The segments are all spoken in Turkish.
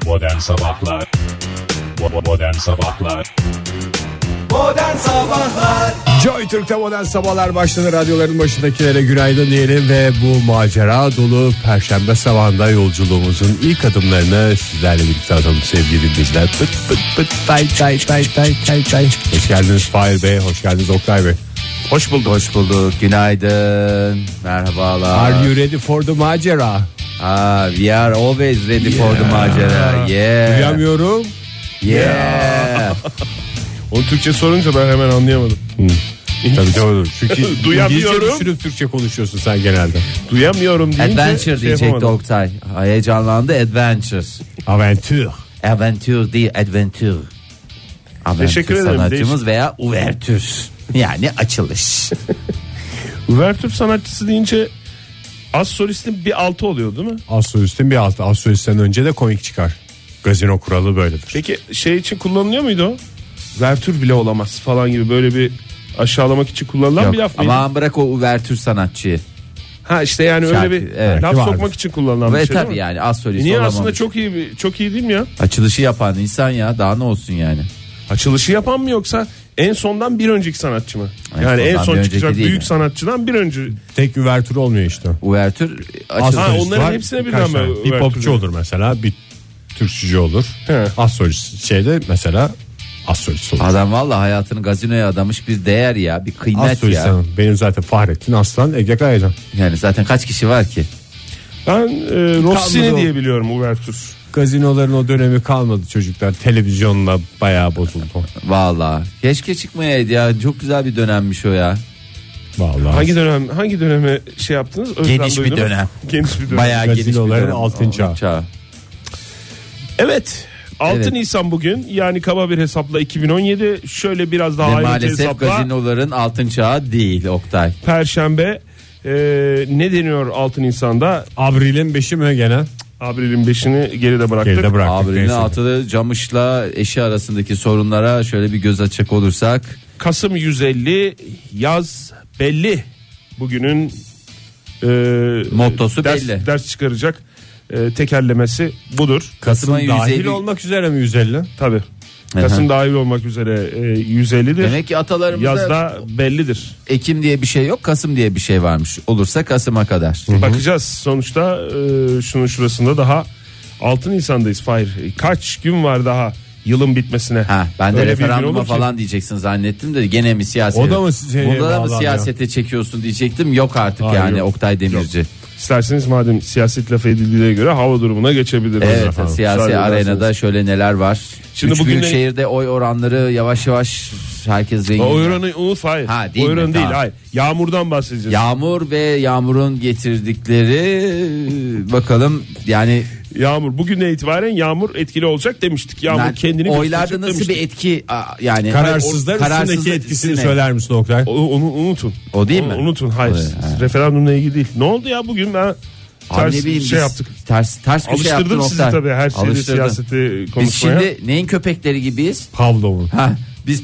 Modern Sabahlar. Modern Sabahlar. Modern Sabahlar. Joy Türk'te Modern Sabahlar başladı. Radyoların başındakilere günaydın diyelim ve bu macera dolu Perşembe sabahında yolculuğumuzun ilk adımlarını sizlerle birlikte atalım sevgili dinleyiciler. Pıt pıt pıt tay tay tay tay tay tay. Hoş geldiniz Fahir Bey, hoş geldiniz Oktay Bey. Hoş bulduk. Hoş bulduk. Günaydın. Merhabalar. Are you ready for the macera? We are always ready for the macera. Yeah. Duyamıyorum. Yeah. Onu Türkçe sorunca ben hemen anlayamadım. Tabii doğru. Çünkü Duyamıyorum. İngilizce düşünüp Türkçe konuşuyorsun sen genelde. Duyamıyorum deyince Adventure diyecekti Oktay. Heyecanlandı. Adventure. Aventure. Adventure değil, adventure. Teşekkür ederim. Sanatçımız Değişik. veya ouverture. Yani açılış. Uvertür sanatçısı deyince az solistin bir altı oluyor değil mi? Az solistin bir altı. Az solistten önce de komik çıkar. Gazino kuralı böyledir. Peki şey için kullanılıyor muydu o? Vertür bile olamaz falan gibi böyle bir aşağılamak için kullanılan Yok, bir laf mıydı? ama bırak o ouverture sanatçıyı. Ha işte yani Şarkı, öyle bir evet. laf Vardır. sokmak için kullanılan bir Ve şey değil tabii mi? yani az solist Niye olamamış. aslında çok iyi değil mi ya? Açılışı yapan insan ya, daha ne olsun yani. Açılışı yapan mı yoksa en sondan bir önceki sanatçı mı? En Yani en sondan son bir çıkacak önceki değil büyük mi? sanatçıdan bir önce. Tek üvertür olmuyor işte. Ouverture Az açılış. Ha, solist onların var, hepsine birden birkaç mi tane. Bir üvertür popçu diyor? olur mesela, bir Türkçücü olur. He. Az solist şeyde mesela az solist olur. Adam vallahi hayatını gazinoya adamış, bir değer ya, bir Az kıymet solist ya. hanım. Benim zaten Fahrettin Aslan, Ege Kayacan. Yani zaten kaç kişi var ki? Ben Rossini Kalmadı o. diye biliyorum Uvertür. Gazinoların o dönemi kalmadı çocuklar. Televizyonla bayağı bozuldu. Vallahi keşke çıkmayaydı ya, çok güzel bir dönemmiş o ya. Vallahi. Hangi döneme şey yaptınız? Özlem Geniş bir duydunuz. dönem. Geniş bir dönem. Bayağı geniş bir Gazinoların dönem. altın çağı. Evet. 6 Evet. Nisan bugün, yani kaba bir hesapla 2017, şöyle biraz daha Ve ayrıntı maalesef hesapla gazinoların altın çağı değil Oktay. Perşembe, ne deniyor 6 Nisan'da? Abril'in 5'i mi gene? Abril'in 5'ini geride bıraktık. Geride bıraktık. Abinin neyse. altılı Camış'la eşi arasındaki sorunlara şöyle bir göz açacak olursak. Kasım 150, yaz belli. Bugünün Mottosu belli. Ders çıkaracak tekerlemesi budur. Kasım'a Dahil 150. olmak üzere mi 150? Tabii. Kasım dahil olmak üzere 150'dir. Demek ki atalarımızda Yazda bellidir. Ekim diye bir şey yok, Kasım diye bir şey varmış. Olursa Kasım'a kadar. Bakacağız. Sonuçta şunun şurasında daha 6 Nisan'dayız Fahir. Kaç gün var daha yılın bitmesine? Ha, ben de Öyle bir gün referanduma olur ki. falan diyeceksin zannettim de gene mi siyaset? O da mı size Burada da mı bağlanıyor? siyasete çekiyorsun diyecektim. Yok artık Hayır, yani yok. Oktay Demirci. İsterseniz madem siyaset lafı edildiğine göre hava durumuna geçebiliriz. Evet, efendim. siyasi Müsaade arenada ederseniz. şöyle neler var. Şimdi Üç bugün büyük de- şehirde oy oranları yavaş yavaş herkes rengi. O oranı unut Fahir. Ha, değil O oranı mi? değil. Tamam. Hayır. Yağmurdan bahsedeceğiz. Yağmur ve yağmurun getirdikleri bakalım yani Yağmur. Bugünden itibaren yağmur etkili olacak demiştik. Yağmur ben- kendini oylarda gösterecek nasıl demiştik. bir etki yani Kararsızların kararsızlık üstündeki etkisini üstüne. söyler misin Oktay? Onu unutun. O değil mi? Unutun. Hayır. O, ha. Referandumla ilgili değil. Ne oldu ya bugün ben Abi ters ne bileyim şey biz yaptık. Ters köşe yaptın Alıştırdım sizi Oktay. tabii her şeyde Alıştırdın. siyaseti Biz konuşmaya. şimdi neyin köpekleri gibiyiz? Pavlov'un. Ha, biz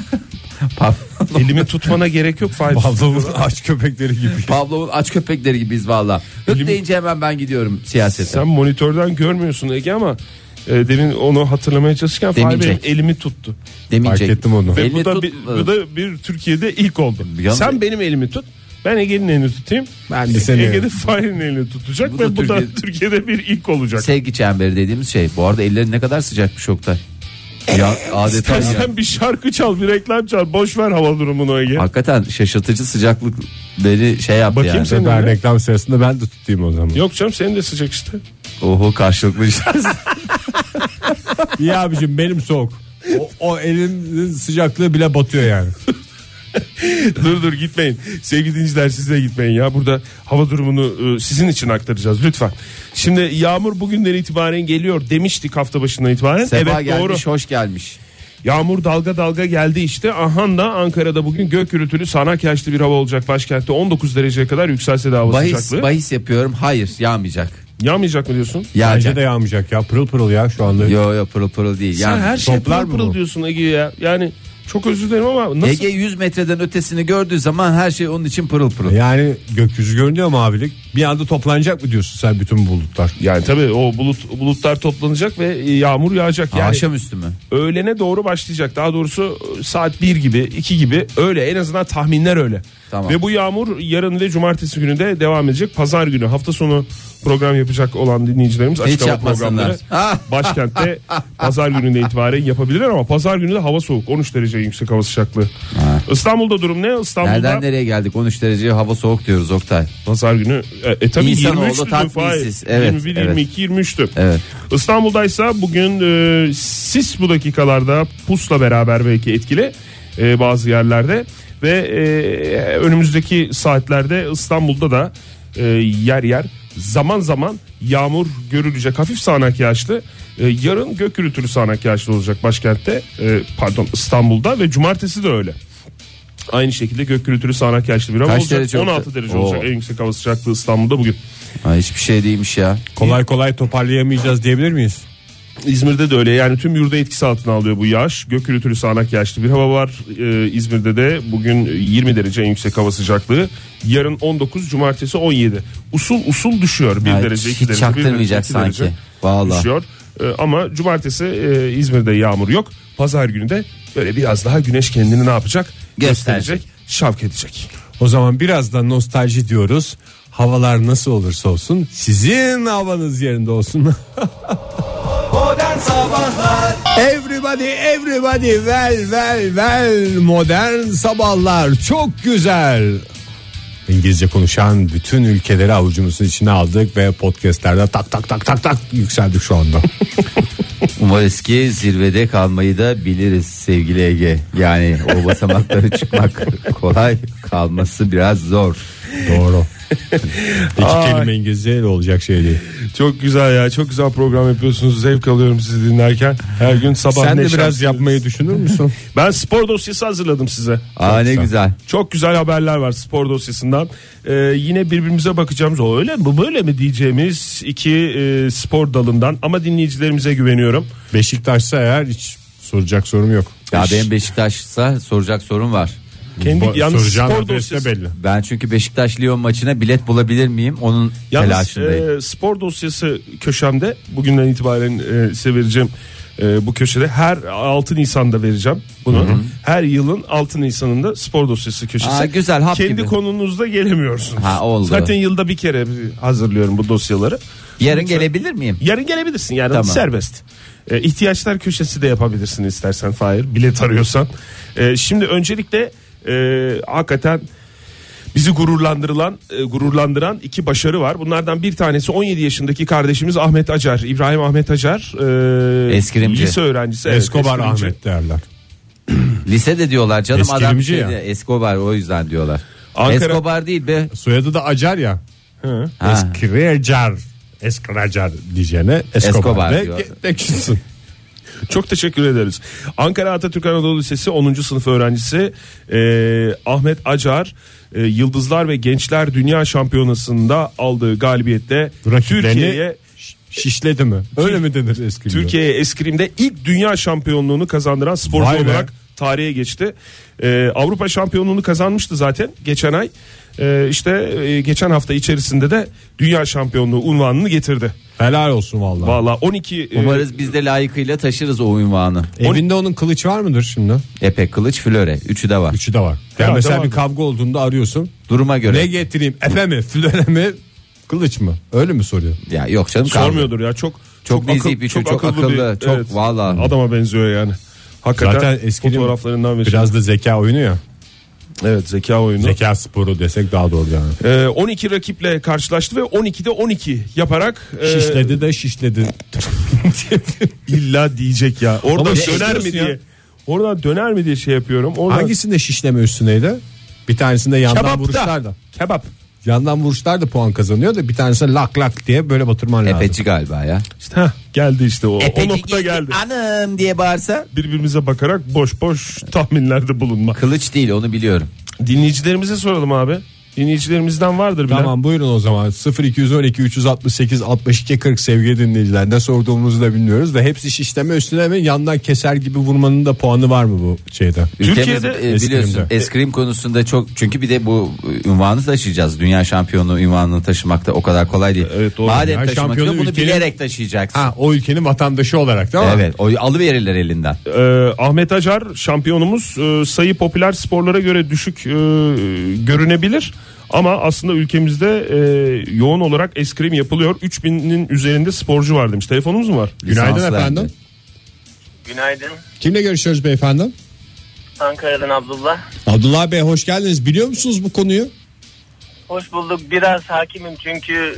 Elimi tutmana gerek yok Fahir. Pavlov'un aç köpekleri gibi. Pavlov'un aç köpekleri gibiyiz valla. Hıp deyince hemen ben gidiyorum siyasete. Sen monitörden görmüyorsun Ege ama demin onu hatırlamaya çalışırken Fahir Demeyecek. benim elimi tuttu. Demeyecek. Fark ettim onu. Ve Elini bu da, tut- bu da bir Türkiye'de ilk oldu. Yalnız- Sen benim elimi tut. Ben Ege'nin elini tutayım. Ben de seni. Ege de Fahir'in elini tutacak Bu da ve bu da Türkiye- Türkiye'de bir ilk olacak. Sevgi çemberi dediğimiz şey. Bu arada elleri ne kadar sıcakmış Oktay. Ya adeta ya. İstersen bir şarkı çal, bir reklam çal. Boş ver hava durumunu Ege. Hakikaten şaşırtıcı sıcaklık beni şey yaptı Bakayım yani. sen- Ben öyle. reklam sırasında ben de tutayım o zaman. Yok canım senin de sıcak işte. Oho, karşılıklı. İyi abicim, benim soğuk. O elin sıcaklığı bile batıyor yani. dur gitmeyin. Sevgili dinleyiciler, siz de gitmeyin ya. Burada hava durumunu sizin için aktaracağız lütfen. Şimdi yağmur bugünden itibaren geliyor demiştik hafta başından itibaren. Sefa Evet gelmiş, doğru. hoş gelmiş. Yağmur dalga dalga geldi işte. Aha da Ankara'da bugün gök gürültülü sağanak yağışlı bir hava olacak başkentte. 19 dereceye kadar yükselse de hava sıcaklığı. Bahis yapıyorum. Hayır, yağmayacak. Yağmayacak mı diyorsun? Bence Yağacak. de yağmayacak ya, pırıl pırıl ya şu anda. Yo pırıl pırıl değil. Sen Yani her şey toplar pırıl mı pırıl bu? diyorsun Ege ya. Yani Çok özür dilerim ama nasıl? Ege 100 metreden ötesini gördüğü zaman her şey onun için pırıl pırıl. Yani gökyüzü görünüyor mavilik. Bir anda toplanacak mı diyorsun sen bütün bulutlar? Yani tabii o bulutlar toplanacak ve yağmur yağacak. Yani Akşamüstü mü? öğlene doğru başlayacak. Daha doğrusu saat 1 gibi 2 gibi öyle, en azından tahminler öyle. Tamam. Ve bu yağmur yarın ve cumartesi günü de devam edecek. Pazar günü hafta sonu program yapacak olan dinleyicilerimiz açık hava yapmasınlar. programları başkentte pazar gününden itibaren yapabilirler ama pazar günü de hava soğuk, 13 derece yüksek hava sıcaklığı. İstanbul'da durum ne? İstanbul'da Nereden nereye geldik? 13 derece hava soğuk diyoruz Oktay. pazar günü tabii İnsanoğlu 23'tü. tatminsiz. Evet, 21, evet. 22, 23'tü. Evet. İstanbul'daysa bugün sis bu dakikalarda pusla beraber belki etkili bazı yerlerde ve önümüzdeki saatlerde İstanbul'da da yer yer zaman zaman yağmur görülecek, hafif sağanak yağışlı. Yarın gök gürültülü sağanak yağışlı olacak başkentte, İstanbul'da ve cumartesi de öyle. Aynı şekilde gök gürültülü sağanak yağışlı bir hava Kaç olacak. derece 16 derece olacak Oo. en yüksek hava sıcaklığı İstanbul'da bugün. Hiçbir şey değilmiş ya. Kolay kolay toparlayamayacağız diyebilir miyiz? İzmir'de de öyle, yani tüm yurda etkisi altına alıyor bu yağış. Gök gürültülü sağanak yağışlı bir hava var. İzmir'de de bugün 20 derece en yüksek hava sıcaklığı. Yarın 19, cumartesi 17. Usul düşüyor 1 derece 2 hiç derece. çaktırmayacak 1 derece, 2 sanki. derece Vallahi. düşüyor. Ama cumartesi İzmir'de yağmur yok. Pazar günü de böyle biraz daha güneş kendini ne yapacak? Gösterecek, şavk edecek. O zaman biraz da nostalji diyoruz. Havalar nasıl olursa olsun sizin havanız yerinde olsun. Modern Sabahlar Everybody well modern sabahlar çok güzel. İngilizce konuşan bütün ülkeleri avucumuzun içine aldık ve podcastlerde tak yükseldik şu anda. Umarız ki zirvede kalmayı da biliriz sevgili Ege. Yani o basamakları çıkmak kolay, kalması biraz zor. Doğru. İki kelime İngilizce olacak şey değil. Çok güzel ya, çok güzel program yapıyorsunuz, zevk alıyorum sizi dinlerken. Her gün sabah Sen de neşem biraz sizi- yapmayı düşünür müsün? Ben spor dosyası hazırladım size. Ne güzel. Çok güzel haberler var spor dosyasından. Yine birbirimize bakacağımız, o öyle mi bu böyle mi diyeceğimiz iki spor dalından, ama dinleyicilerimize güveniyorum. Beşiktaş'sa eğer hiç soracak sorum yok. Ya benim Beşiktaş'sa soracak sorum var. Yalnız Soracağın spor adres de dosyası. belli. Ben çünkü Beşiktaş Lyon maçına bilet bulabilir miyim? Onun Yalnız telaşındayım. spor dosyası köşemde bugünden itibaren size vereceğim bu köşede her 6 Nisan'da vereceğim bunu. Her yılın 6 Nisan'ında spor dosyası köşesi. Güzel, hap Kendi gibi. konunuzda gelemiyorsunuz. Oldu. Zaten yılda bir kere hazırlıyorum bu dosyaları. Yarın Lütfen. gelebilir miyim? Yarın gelebilirsin, yarın Tamam. serbest. İhtiyaçlar köşesi de yapabilirsin istersen Fahir, bilet arıyorsan. Şimdi öncelikle hakikaten bizi gururlandıran iki başarı var. Bunlardan bir tanesi 17 yaşındaki kardeşimiz Ahmet Acar, İbrahim Ahmet Acar, Eskrimci. lise öğrencisi. Evet, Escobar eskrimci. Ahmet derler. Lisede diyorlar canım, adam Eskrimci şey ya. diyor, Escobar, o yüzden diyorlar. Ankara- Escobar değil be. Soyadı da Acar ya. Ha. Eskracar diyeceğine Escobar Escobar de diyor. geçsin. Çok teşekkür ederiz. Ankara Atatürk Anadolu Lisesi 10. sınıf öğrencisi Ahmet Acar Yıldızlar ve Gençler Dünya Şampiyonası'nda aldığı galibiyetle Türkiye'ye Şişledi mi? Öyle mi denir eski? Türkiye'ye eskrimde ilk dünya şampiyonluğunu kazandıran sporcu Vay be. olarak tarihe geçti. Avrupa şampiyonluğunu kazanmıştı zaten geçen ay. Geçen hafta içerisinde de dünya şampiyonluğu unvanını getirdi. Helal olsun vallahi. Valla 12 Umarız biz de layıkıyla taşırız o unvanı. Evinde onun kılıç var mıdır şimdi? Epek, kılıç, flöre. Üçü de var. Üçü de var. Yani Herhalde mesela vardır. bir kavga olduğunda arıyorsun. Duruma göre. Ne getireyim? Efe mi? Flöre mi? Kılıç mı? Öyle mi soruyor? Ya yok canım, kaldı. sormuyordur ya, çok nezih bir çocuk, çok akıllı, çok vallahi. adama benziyor yani. Hakikaten Zaten eskinin fotoğraflarından ve biraz da zeka oyunu ya. evet, zeka oyunu. Zeka sporu desek daha doğru yani. 12 rakiple karşılaştı ve 12'de 12 yaparak Şişledi de şişledi. illa diyecek ya. Oradan Ama döner mi şişliyorsun diye. ya. Oradan döner mi diye şey yapıyorum. Oradan Hangisinde şişleme üstüneydi? Bir tanesinde yandan Kebapta. vuruşlar da. Kebap. Yandan vuruşlar da puan kazanıyor da bir tanesine lak lak diye böyle batırman lazım. Epeci galiba ya. İşte geldi işte o nokta geldi. Anam diye bağırsa. Birbirimize bakarak boş boş tahminlerde bulunma. Kılıç değil, onu biliyorum. Dinleyicilerimize soralım abi. dinleyicilerimizden vardır bilen. Tamam buyurun o zaman 0212 368 62 40 sevgili dinleyiciler, ne sorduğumuzu da bilmiyoruz da hepsi şişleme üstüne mi, yandan keser gibi vurmanın da puanı var mı bu şeyde? Ülkemizde biliyorsun eskrim konusunda çok, çünkü bir de bu ünvanı taşıyacağız. Dünya şampiyonu ünvanını taşımak da o kadar kolay değil. Evet, doğru. Madem Dünya taşımak şampiyonu istiyor, bunu ülkenin- bilerek taşıyacaksın. Ha, o ülkenin vatandaşı olarak değil mi? Evet, o alıverirler elinden. Ahmet Acar şampiyonumuz sayı popüler sporlara göre düşük görünebilir. Ama aslında ülkemizde yoğun olarak eskrim yapılıyor. 3000'in üzerinde sporcu var demiş. Telefonumuz mu var? Günaydın Lisanslı efendim. hem de. Günaydın. Kimle görüşüyoruz beyefendi? Ankara'dan Abdullah. Abdullah Bey hoş geldiniz. Biliyor musunuz bu konuyu? Hoş bulduk. Biraz hakimim çünkü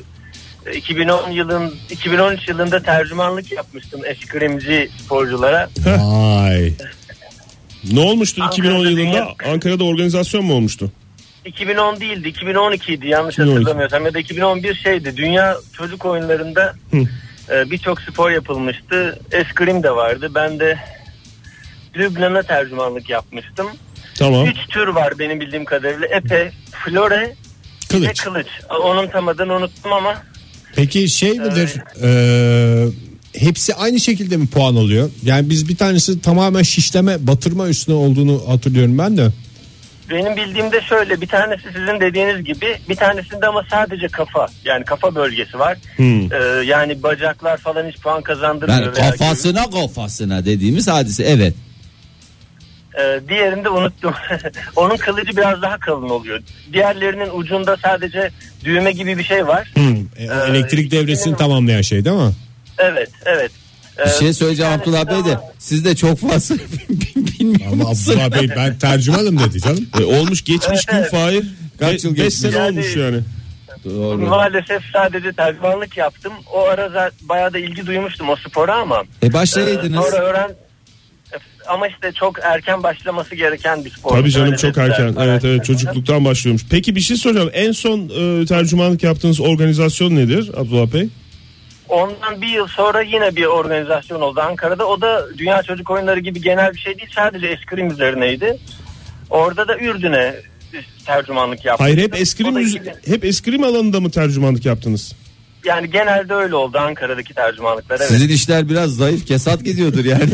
2013 yılında tercümanlık yapmıştım eskrimci sporculara. Vay. Ne olmuştu 2010 Ankara'da yılında? dünya- Ankara'da organizasyon mu olmuştu? 2010 değildi, 2012 idi yanlış 2012. hatırlamıyorsam, ya da 2011 şeydi. Dünya Çocuk Oyunları'nda birçok spor yapılmıştı. Eskrim de vardı. Ben de Lübnan'a tercümanlık yapmıştım. Tamam. 3 tür var benim bildiğim kadarıyla. Epe, flore ve Kılıç. kılıç. Onun tam adını unuttum ama Peki şey midir? Hepsi aynı şekilde mi puan alıyor? Yani biz bir tanesi tamamen şişleme, batırma üstüne olduğunu hatırlıyorum ben de. benim bildiğimde şöyle, bir tanesi sizin dediğiniz gibi, bir tanesinde ama sadece kafa, yani kafa bölgesi var. Yani bacaklar falan hiç puan kazandırmıyor. Yani veya kafasına dediğimiz hadise, evet. Diğerini de unuttum. Onun kılıcı biraz daha kalın oluyor. Diğerlerinin ucunda sadece düğme gibi bir şey var. Elektrik devresini ikisinin- tamamlayan şey değil mi? Evet. Bir şey söyleyeceğim bir tanesi Abdullah Bey de, ama- siz de çok fazla bilmiyor Ama musun? Abdullah Bey ben tercümanım dedi canım. Olmuş geçmiş gün Evet. Fahir. Kaç yıl 5 geçmiş? sene Yani- olmuş yani. Doğru. Maalesef sadece tercümanlık yaptım. O ara bayağı da ilgi duymuştum o spora ama. Başlayaydınız. Sonra ama işte çok erken başlaması gereken bir spor. Tabii canım, Öyle çok dediler. erken. Evet çocukluktan başlıyormuş. Peki bir şey soracağım. En son tercümanlık yaptığınız organizasyon nedir Abdullah Bey? Ondan bir yıl sonra yine bir organizasyon oldu Ankara'da. O da Dünya Çocuk Oyunları gibi genel bir şey değil. Sadece eskrim üzerineydi. Orada da Ürdün'e tercümanlık yaptım. Hayır, hep O da eskrim alanında mı tercümanlık yaptınız? yani genelde öyle oldu Ankara'daki tercümanlıklar. Evet. Sizin işler biraz zayıf, kesat gidiyordur yani.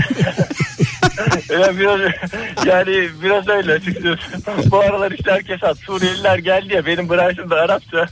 biraz öyle açıkçası. Bu aralar işler kesat. Suriyeliler geldi ya, benim branşım da Arapça.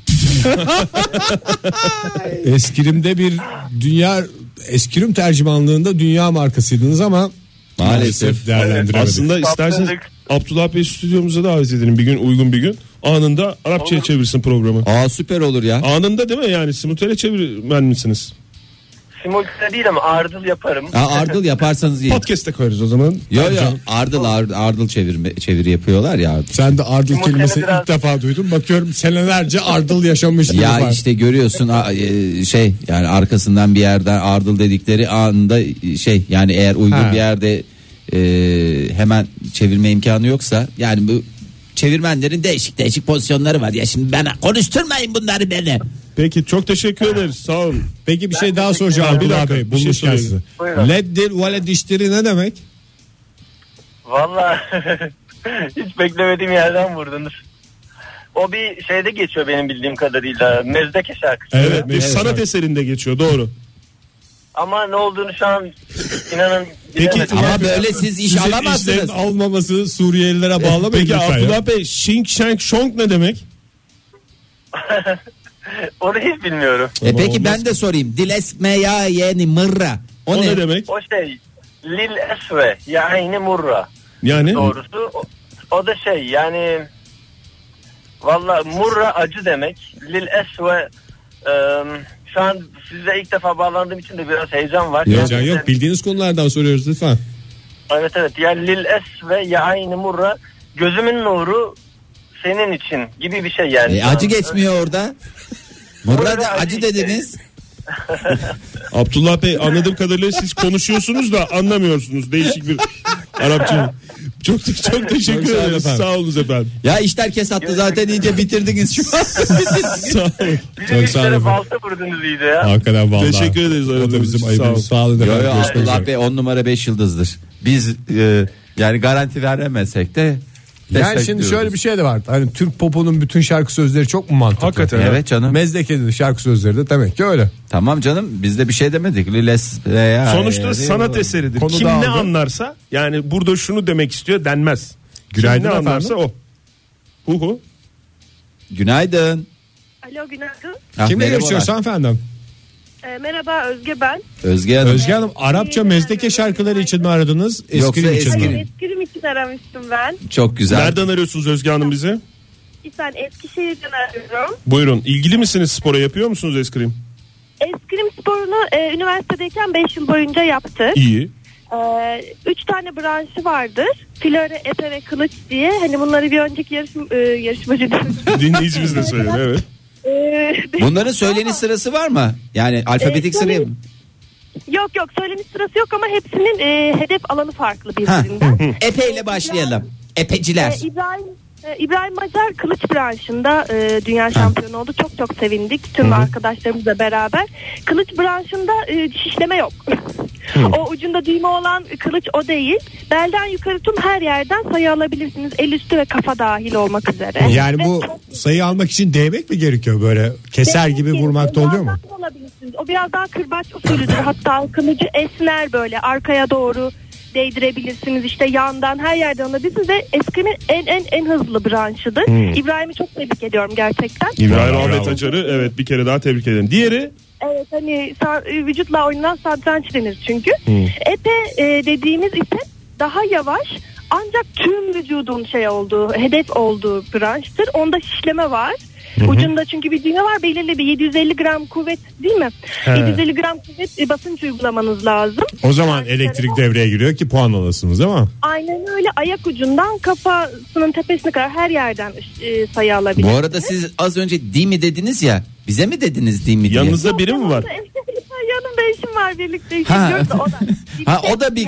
Eskrim'de bir dünya eskrim tercümanlığında dünya markasıydınız ama Maalesef. değerlendiremedik. Aslında isterseniz Kaptırdık. Abdullah Bey stüdyomuza davet edelim bir gün, uygun bir gün. Anında Arapçaya Olur. çevirsin programı. Aa, süper olur ya. Anında değil mi, yani simultane çevirmen misiniz? Simultane değil ama ardıl yaparım. Ardıl yaparsanız iyi. Podcast'e koyarız o zaman. Yo ardıl çeviri yapıyorlar ya. Sen de ardıl Simultane kelimesini biraz- ilk defa duydum. Bakıyorum senelerce ardıl yaşamış gibi Ya var. işte görüyorsun yani arkasından bir yerden ardıl dedikleri anında yani eğer uygun Ha. bir yerde hemen çevirme imkanı yoksa, yani bu çevirmenlerin değişik pozisyonları var ya, şimdi bana konuşturmayın bunları beni. Peki, çok teşekkür ederiz, sağ olun. Peki bir şey daha soracağım Bir Abdullah dakika, Bey. bir şey Bulmuşken sorayım. sizi. Buyurun. Leddil vale dişleri ne demek? Vallahi hiç beklemediğim yerden vurdunuz. O bir şeyde geçiyor benim bildiğim kadarıyla. Mezdeke şarkısı. Evet, bir evet, sanat evet. eserinde geçiyor, doğru. Ama ne olduğunu şu an inanın Peki, bilemedim. Ama böyle siz iş Sizin alamazsınız. işlerin almaması Suriyelilere bağlamayın Peki lütfen ya. Abdullah Bey, Şink Şank Şonk ne demek? Onu hiç bilmiyorum. Peki olmaz ben de sorayım. Dilesme ya yeni mırra. O ne demek? O şey Lil Esve yani Murra Yani doğrusu. O da şey yani valla Murra acı demek. Lil Esve şu an size ilk defa bağlandığım için de biraz heyecan var. Heyecan Yani- yok. Bildiğiniz konulardan soruyoruz lütfen. Evet yani Lil Esve yani Murra, gözümün nuru senin için gibi bir şey yani. acı geçmiyor orada. Mırra da Mırra acı acı dediniz. Abdullah Bey, anladığım kadarıyla siz konuşuyorsunuz da anlamıyorsunuz. Değişik bir Arapça. Çok teşekkür Çok sağ olun ederiz. efendim. Sağ olun efendim. Ya işler kesattı zaten, iyice bitirdiniz şu an. Sağ olun. Bizim Çok sağ olun işlere efendim. balta vurdunuz iyice ya. Hakikaten vallahi. Teşekkür ederiz O da aradığınız bizim için, ayıbımız. sağ Sağ olun Yo efendim. yo, Görüşmek Abdullah üzere. Bey 10 numara 5 yıldızdır. Biz yani garanti veremezsek de Yani şimdi şöyle bir şey de var. Hani Türk popunun bütün şarkı sözleri çok mu mantıklı? Hakikaten. Evet canım. Mezdeke'nin şarkı sözleri de demek ki öyle. Tamam canım, biz de bir şey demedik. Sonuçta sanat eseridir. Konu Kim dağıldı. ne anlarsa, yani burada şunu demek istiyor denmez. Günaydın Kim ne efendim. anlarsa o. Hu. Günaydın. Alo, günaydın. Kimle merhabalar. görüşüyorsun efendim? Merhaba, Özge ben. Özge Hanım. Özge Hanım, Arapça Mezdeke şarkıları için mi aradınız? Yoksa Eskrim için eskrim. mi? Eskrim için aramıştım ben. Çok güzel. Nereden arıyorsunuz Özge Hanım bizi? Ben Eskişehir'den arıyorum. Buyurun. İlgili misiniz spora, yapıyor musunuz eskrim? Eskrim sporunu üniversitedeyken 5 yıl boyunca yaptık. İyi. 3 tane branşı vardır. Flöre, epe ve kılıç diye. Hani bunları bir önceki yarışmacı Dinleyicimiz de söyledi, evet. Bunların söyleniş sırası var mı? Yani alfabetik sıraya mı? Yok söyleniş sırası yok ama hepsinin hedef alanı farklı birbirinden. Epe ile başlayalım. Epeciler. İbrahim Macar kılıç branşında dünya şampiyonu oldu. Çok sevindik tüm arkadaşlarımızla beraber. Kılıç branşında şişleme yok. O ucunda düğme olan kılıç o değil. Belden yukarı tüm her yerden sayı alabilirsiniz. El üstü ve kafa dahil olmak üzere. Yani Ve bu sayı almak için değmek mi gerekiyor, böyle keser gibi vurmakta oluyor mu? O biraz daha kırbaç usulüdür. Hatta kılıcı esner, böyle arkaya doğru değdirebilirsiniz, işte yandan, her yerden alabilirsiniz ve eskrimin en hızlı branşıdır. İbrahim'i çok tebrik ediyorum gerçekten. İbrahim Ahmet Acar'ı evet bir kere daha tebrik ederim. Diğeri? Evet, hani vücutla oynanan satranç denir çünkü. Epe dediğimiz ise daha yavaş ancak tüm vücudun olduğu, hedef olduğu branştır. Onda şişleme var. Ucunda çünkü bir düğme var, belirli bir 750 gram kuvvet, değil mi? 750 gram kuvvet basınç uygulamanız lazım. O zaman elektrik devreye giriyor ki puan alasınız, değil mi? Aynen öyle, ayak ucundan kafasının tepesine kadar her yerden sayı Bu alabilirsiniz. arada siz az önce di mi dediniz ya? Bize mi dediniz di mi diye? Yanınızda biri mi var? Yanımda eşim var, birlikte Ha. işiyoruz da o da. Ha, o da bir-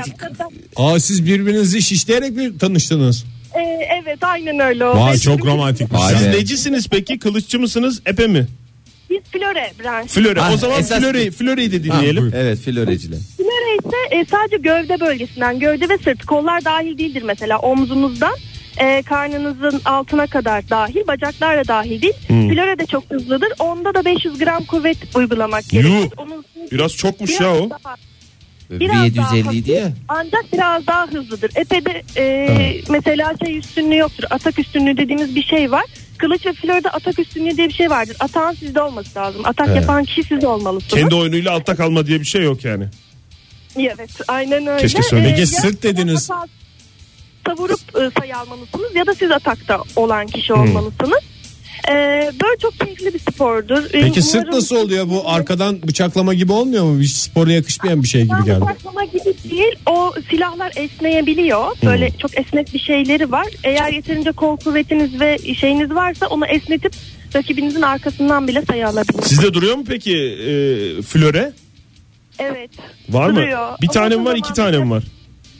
Siz birbirinizi şişleyerek mi tanıştınız? Evet, aynen öyle oldu. Vay, çok romantikmiş. Vay Siz be. necisiniz peki? Kılıççı mısınız? Epe mi? Biz flöre branşı. Flöre. Ha, O zaman esas- Flöre'yi de dinleyelim. buyur. Evet, flöreciler. Flöre ise sadece gövde bölgesinden, gövde ve sırt, kollar dahil değildir mesela, omzunuzdan karnınızın altına kadar dahil, bacaklar da dahil değil. Flöre de çok hızlıdır. Onda da 500 gram kuvvet uygulamak gerekir. Biraz çokmuş ya o. Biraz 750 diye. Ancak biraz daha hızlıdır. Epede mesela üstünlüğü yoktur. Atak üstünlüğü dediğimiz bir şey var. Kılıç ve flörde atak üstünlüğü diye bir şey vardır. Atağın sizde olması lazım. Atak yapan kişi siz olmalısınız. Kendi oyunuyla altta kalma diye bir şey yok yani. Evet, aynen öyle. Keşke söyle. Peki Ya sırt dediniz. savurup sayı almalısınız ya da siz atakta olan kişi olmalısınız. Böyle çok keyifli bir spordur. Peki sırt nasıl oluyor? Bu arkadan bıçaklama gibi olmuyor mu? Hiç spora yakışmayan bir şey gibi geldi. Bıçaklama gibi değil. O silahlar esneyebiliyor. Böyle çok esnek bir şeyleri var. Eğer yeterince kol kuvvetiniz ve şeyiniz varsa onu esnetip rakibinizin arkasından bile sayı alabilirsiniz. Sizde duruyor mu peki flöre? Evet. Var duruyor. mı? Bir tane mi var, iki tane mi var?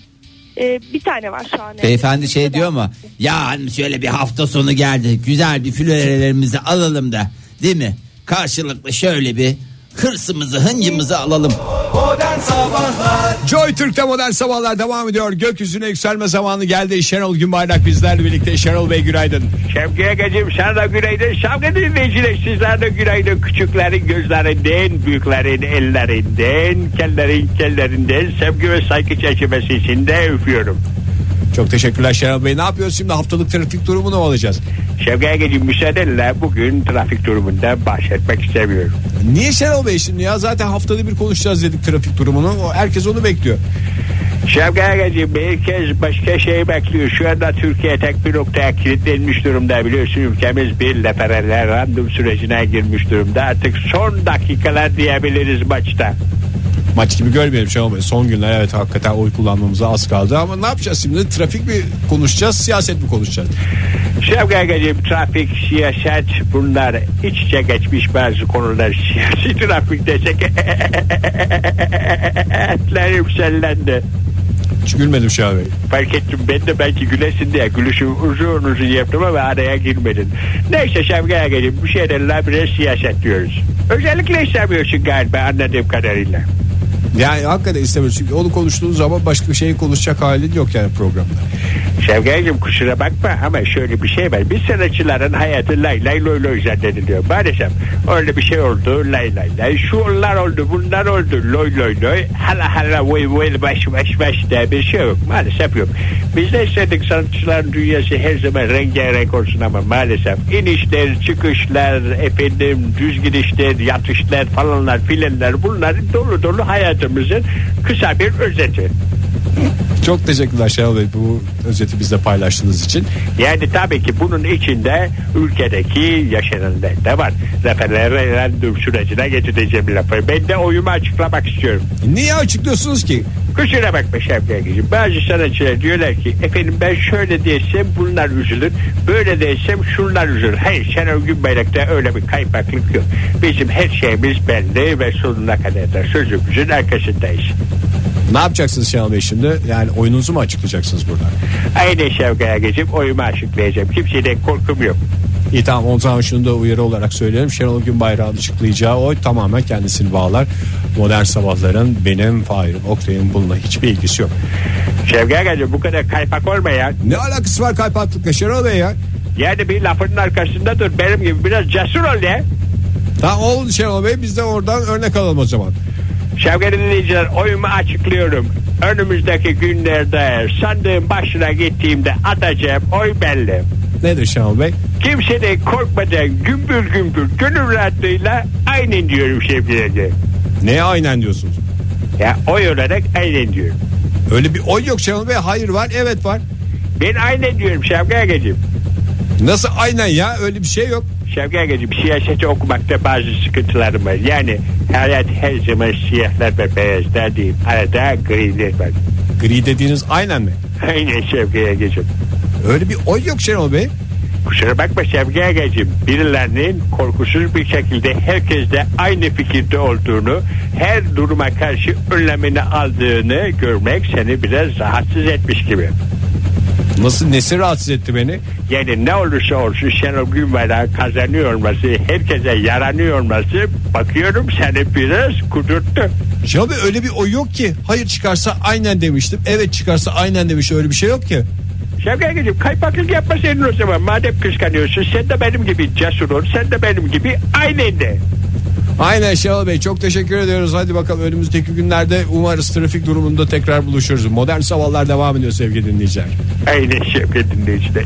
Bir tane var şu an. Beyefendi şey diyor mu? Ya hanım, şöyle bir hafta sonu geldi. Güzel bir flörelerimizi alalım da, değil mi? Karşılıklı şöyle bir hırsımızı, hıncımızı alalım. Modern Sabahlar. Joy Türk'te modern sabahlar devam ediyor. Gökyüzüne yükselme zamanı geldi. Şenol Günbayrak bizlerle birlikte. Şenol Bey, günaydın. Şevki Egeciğim, sen de günaydın. Şevki dinleyiciler, sizler de günaydın. Küçüklerin gözlerinden, büyüklerin ellerinden, kellerinden sevgi ve saygı çerçevesi içinde öpüyorum. Çok teşekkürler Şenol Bey. Ne yapıyoruz şimdi? Haftalık trafik durumunu alacağız? Şevki Egeciğim, müsaadenle bugün trafik durumundan bahsetmek istemiyorum. Niye Şenol Bey şimdi ya? Zaten haftada bir konuşacağız dedik trafik durumunu. Herkes onu bekliyor. Şevki Egeciğim, herkes başka şey bekliyor. Şu anda Türkiye tek bir noktaya kilitlenmiş durumda, biliyorsun. Ülkemiz bir referandum sürecine girmiş durumda. Artık son dakikalar diyebiliriz maçta. Maç gibi görmeyelim Şenol Bey. Son günler evet hakikaten oy kullanmamıza az kaldı. Ama ne yapacağız şimdi? Trafik mi konuşacağız, siyaset mi konuşacağız? Şevki Egeciğim, trafik, siyaset, bunlar iç içe geçmiş bazı konular. Siyasi trafik desek etlerim sellendi. Hiç gülmedim Şenol Bey. Fark ettim, ben de belki gülesin diye gülüşüm uzun yaptım ama araya girmedin. Neyse Şevki Egeciğim, bu şeylerle biraz siyaset diyoruz. Özellikle istemiyorsun galiba, anladığım kadarıyla. Yani hakikaten istemiyoruz. Çünkü onu konuştuğun zaman başka bir şeyi konuşacak halin yok yani programda. Şevker'cim kusura bakma ama şöyle bir şey var. Biz sanatçıların hayatı lay lay loy loy zannediliyor. Maalesef öyle bir şey oldu. Lay lay lay. Şunlar oldu, bunlar oldu. Loy loy loy. Hala hala vay vay baş baş baş diye bir şey yok. Maalesef yok. Biz de istedik sanatçıların dünyası her zaman rengarenk olsun ama maalesef inişler, çıkışlar, efendim düz gidişler, yatışlar falanlar filanlar bunlar dolu dolu hayatımızın kısa bir özeti. Çok teşekkürler Şenol Bey bu özeti bizle paylaştığınız için. Yani tabii ki bunun içinde ülkedeki yaşananlar da var. Referandum sürecine getireceğim lafı. Ben de oyumu açıklamak istiyorum. Niye açıklıyorsunuz ki? Kusura bakma Şevker'cim. Bazı sanatçılar diyorlar ki efendim ben şöyle desem bunlar üzülür. Böyle desem şunlar üzülür. Hayır Şenol Günbayrak'ta öyle bir kaypaklık yok. Bizim her şeyimiz belli ve sonuna kadar da sözümüzün arkasındayız. Ne yapacaksınız Şenol Bey şimdi? Yani oyununuzu mu açıklayacaksınız burada? Aynen Şevker'cim oyumu açıklayacağım. Kimseden korkum yok. İyi tamam o zaman şunu da uyarı olarak söyleyelim. Şenol Günbayrak'ın açıklayacağı oy tamamen kendisini bağlar. Modern Sabahların benim Fahir'in Oktay'ın bununla hiçbir ilgisi yok. Şevker'cim bu kadar kaypak olma ya. Ne alakası var kaypaklıkla Şenol Bey ya? Yani bir lafının arkasında dur benim gibi biraz cesur ol ya. Tamam oldu Şenol Bey biz de oradan örnek alalım o zaman. Sevgili dinleyiciler oyumu açıklıyorum. Önümüzdeki günlerde sandığın başına gittiğimde atacağım oy belli. Nedir Şenol Bey? Kimseden korkmadan gümbür gümbür gönül rahatlığıyla aynen diyorum sevgili. Neye aynen diyorsunuz? Ya oy olarak aynen diyorum. Öyle bir oy yok Şenol Bey. Hayır var evet var. Ben aynen diyorum Şevki Agacığım. Nasıl aynen ya öyle bir şey yok. Şevki Agacığım siyaseti okumakta bazı sıkıntılarım var. Yani hayat her zaman siyahlar ve beyazlar değil. Arada griler var. Gri dediğiniz aynen mi? Aynen Şevki Agacığım. Öyle bir oy yok Şenol Bey. Kusura bakma Şevki Agacığım. Birilerinin korkusuz bir şekilde herkesle aynı fikirde olduğunu, her duruma karşı önlemini aldığını görmek seni biraz rahatsız etmiş gibi. Nasıl nesi rahatsız etti beni? Yani ne olursa olsun Şenol Günbayrak'ın kazanıyor olması, herkese yaranıyor olması bakıyorum seni biraz kudurttu. Şenol Bey öyle bir oy yok ki. Hayır çıkarsa aynen demiştim. Evet çıkarsa aynen demiş öyle bir şey yok ki. Şevket'ciğim kaypaklık yapma senin o zaman. Madem kıskanıyorsun sen de benim gibi cesur ol. Sen de benim gibi aynen de. Aynen Şenol Bey çok teşekkür ediyoruz. Hadi bakalım önümüzdeki günlerde umarız trafik durumunda tekrar buluşuruz. Modern Sabahlar devam ediyor sevgili dinleyiciler. Aynen Şevket dinleyiciler.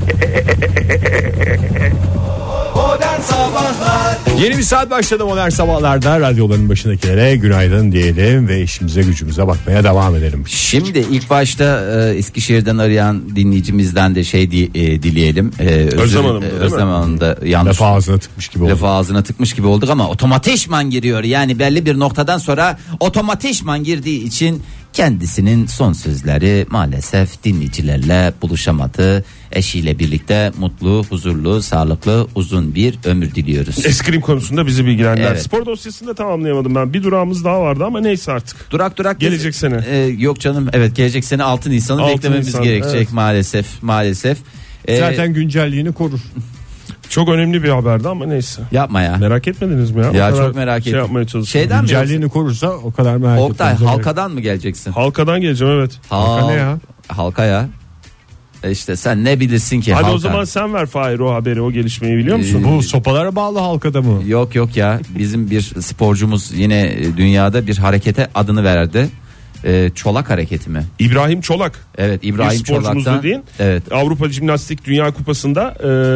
Modern Sabahlar. Yeni bir saat başladı Modern Sabahlar'da. Radyoların başındakilere günaydın diyelim ve işimize gücümüze bakmaya devam edelim. Şimdi ilk başta Eskişehir'den arayan dinleyicimizden de dileyelim. Özlem Hanım değil mi? Özlem Hanım da yanlış. Lafı ağzına tıkmış gibi oldu. Lafı ağzına tıkmış gibi olduk ama otomatikman giriyor. Yani belli bir noktadan sonra otomatikman girdiği için kendisinin son sözleri maalesef dinleyicilerle buluşamadı. Eşiyle birlikte mutlu, huzurlu, sağlıklı, uzun bir ömür diliyoruz. Eskrim konusunda bizi bilgilendiler. Evet. Spor dosyasını da tamamlayamadım ben. Bir durağımız daha vardı ama neyse artık. Durak Gelecek sene. Yok canım evet gelecek sene 6 Nisan'ı 6 beklememiz Nisan, gerekecek evet. maalesef. Zaten güncelliğini korur. Çok önemli bir haberdi ama neyse. Yapma ya. Merak etmediniz mi ya? Ya O kadar çok merak ettim. yapmaya çalışıyorum. Şeyden mi? Güncelliğini korursa o kadar merak ettim. Oktay halkadan mı geleceksin? Halkadan geleceğim evet. Halka ne ya? Halka ya. İşte sen ne bilirsin ki Hadi halka. o zaman sen ver Fahir o haberi, o gelişmeyi biliyor musun? Bu sopalara bağlı halkada mı? Yok ya bizim bir sporcumuz yine dünyada bir harekete adını verdi. Çolak hareketi mi? İbrahim Çolak. Evet İbrahim bir sporcumuz Çolak'tan. dediğin. Evet. Avrupa Jimnastik Dünya Kupası'nda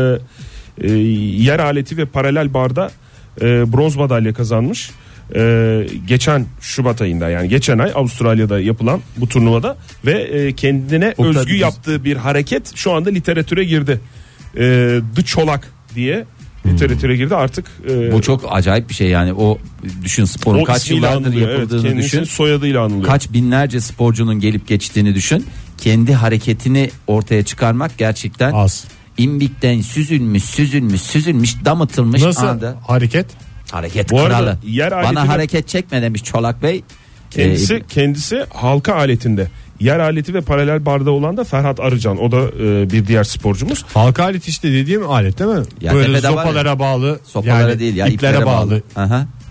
yer aleti ve paralel barda bronz madalya kazanmış. Geçen Şubat ayında yani geçen ay Avustralya'da yapılan bu turnuvada ve kendine özgü yaptığı bir hareket şu anda literatüre girdi. The Çolak diye literatüre girdi artık. Bu çok acayip bir şey yani o düşün sporun o kaç ismiyle yıllardır anılıyor, yapıldığını evet, düşün. soyadıyla anılıyor. Kaç binlerce sporcunun gelip geçtiğini düşün. Kendi hareketini ortaya çıkarmak gerçekten Az. imbikten süzülmüş damıtılmış Nasıl anda. hareket? Hareket Bu arada kralı. yer Bana aletine- hareket çekme demiş Çolak Bey. Kendisi halka aletinde. Yer aleti ve paralel barda olan da Ferhat Arıcan. O da bir diğer sporcumuz. Halka aleti işte dediğim alet değil mi? Ya Böyle tepede var sopalara ya. bağlı. Sopalara yani değil ya iplere bağlı. Aha.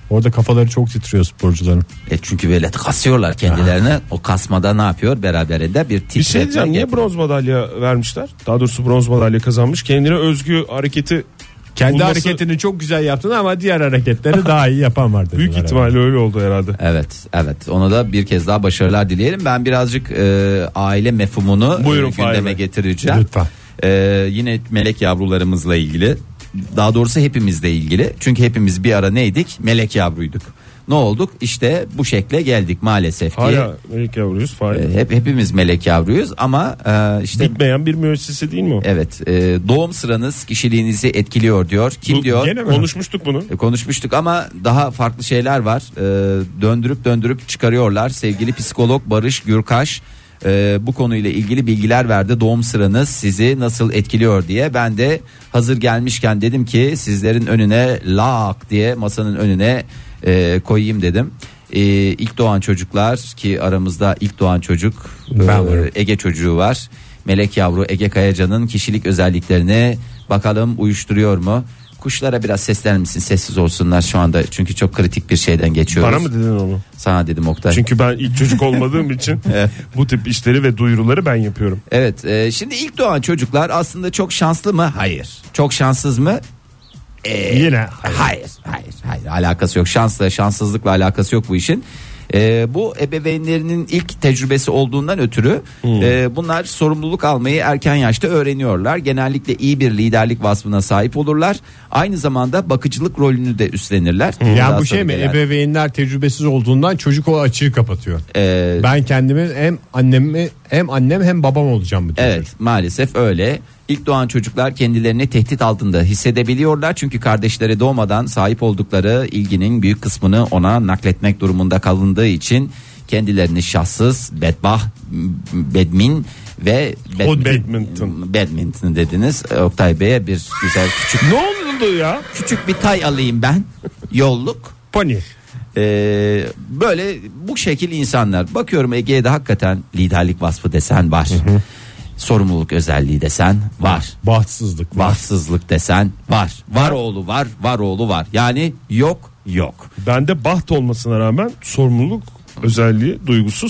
Orada kafaları çok titriyor sporcuların. Çünkü böyle kasıyorlar kendilerine. O kasmada ne yapıyor? Beraberinde bir titretme. Bir şey diyeceğim, niye bronz madalya vermişler? Daha doğrusu bronz madalya kazanmış. Kendine özgü hareketi kendi bulması... hareketini çok güzel yaptın ama diğer hareketleri daha iyi yapan var. Büyük ihtimalle öyle oldu herhalde. Evet. Ona da bir kez daha başarılar dileyelim. Ben birazcık aile mefhumunu gündeme getireceğim. Lütfen. Yine melek yavrularımızla ilgili. Daha doğrusu hepimizle ilgili. Çünkü hepimiz bir ara neydik? Melek yavruyduk. Ne olduk? İşte bu şekle geldik maalesef ki. Hala melek yavruyuz. Hepimiz melek yavruyuz ama işte bitmeyen bir müessese değil mi o? Evet. Doğum sıranız kişiliğinizi etkiliyor diyor. Kim diyor? Gene konuşmuştuk bunu. Konuşmuştuk ama daha farklı şeyler var. Döndürüp çıkarıyorlar. Sevgili psikolog Barış Gürkaş bu konuyla ilgili bilgiler verdi. Doğum sıranız sizi nasıl etkiliyor diye. Ben de hazır gelmişken dedim ki sizlerin önüne lak diye masanın önüne koyayım dedim. İlk doğan çocuklar ki aramızda ilk doğan çocuk Ege çocuğu var. Melek yavru Ege Kayacan'ın kişilik özelliklerini bakalım uyuşturuyor mu? Kuşlara biraz sesler misin? Sessiz olsunlar şu anda çünkü çok kritik bir şeyden geçiyoruz. Bana mı dedin onu? Sana dedim Oktay. Çünkü ben ilk çocuk olmadığım için bu tip işleri ve duyuruları ben yapıyorum. Evet. Şimdi ilk doğan çocuklar aslında çok şanslı mı? Hayır. Çok şanssız mı? Yine hayır. Alakası yok. Şanssızlıkla alakası yok bu işin. Bu ebeveynlerinin ilk tecrübesi olduğundan ötürü bunlar sorumluluk almayı erken yaşta öğreniyorlar. Genellikle iyi bir liderlik vasfına sahip olurlar. Aynı zamanda bakıcılık rolünü de üstlenirler. Yani bu şey mi? Ebeveynler tecrübesiz olduğundan çocuk o açığı kapatıyor. Ben kendimi hem annem hem babam olacağım bu Evet, maalesef öyle. İlk doğan çocuklar kendilerini tehdit altında hissedebiliyorlar. Çünkü kardeşleri doğmadan sahip oldukları ilginin büyük kısmını ona nakletmek durumunda kalındığı için kendilerini şahsız, bedbah, bedmin ve badminton dediniz. Oktay Bey'e bir güzel küçük ne oldu ya? Küçük bir tay alayım ben. Yolluk. Pony. Böyle bu şekil insanlar. Bakıyorum Ege'de hakikaten liderlik vasfı desen var. Sorumluluk özelliği desen var. Bahtsızlık desen var. Var oğlu var. Yani yok. Bende baht olmasına rağmen sorumluluk özelliği duygusu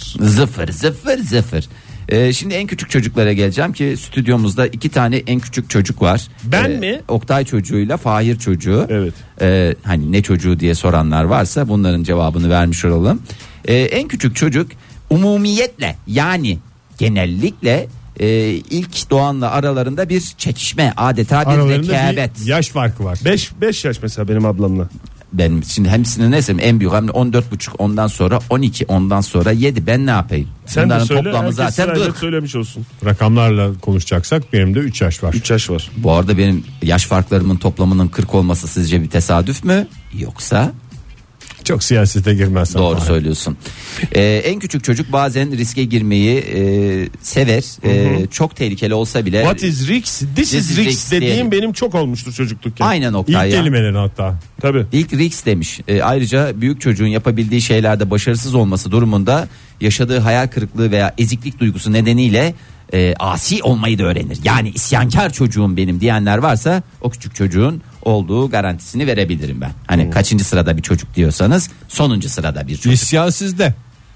Zıfır. Şimdi en küçük çocuklara geleceğim ki stüdyomuzda 2 tane en küçük çocuk var. Ben mi? Oktay çocuğuyla Fahir çocuğu. Evet. Hani ne çocuğu diye soranlar varsa bunların cevabını vermiş olalım. En küçük çocuk umumiyetle yani genellikle ilk doğanla aralarında bir çekişme, adeta bir rekabet. Bir yaş farkı var. 5 yaş mesela benim ablamla. Ben şimdi hemsini neyse en büyük hem 14,5 ondan sonra 12 ondan sonra 7 ben ne yapayım? Sen bunların de söyle, toplamı zaten 40. Söylemiş olsun. Rakamlarla konuşacaksak benim de 3 yaş var. 3 yaş var. Bu arada benim yaş farklarımın toplamının 40 olması sizce bir tesadüf mü? Yoksa? Çok siyasete girmezsen. Doğru söylüyorsun. En küçük çocuk bazen riske girmeyi sever. Çok tehlikeli olsa bile. What is risk? This is risk dediğim benim çok olmuştur çocuklukken. Aynen Oktay İlk ya. kelimenin hatta. Tabii. İlk risk demiş. Ayrıca büyük çocuğun yapabildiği şeylerde başarısız olması durumunda yaşadığı hayal kırıklığı veya eziklik duygusu nedeniyle asi olmayı da öğrenir. Yani isyankar çocuğum benim diyenler varsa o küçük çocuğun olduğu garantisini verebilirim ben. Hani kaçıncı sırada bir çocuk diyorsanız sonuncu sırada bir çocuk. İsyan sizde.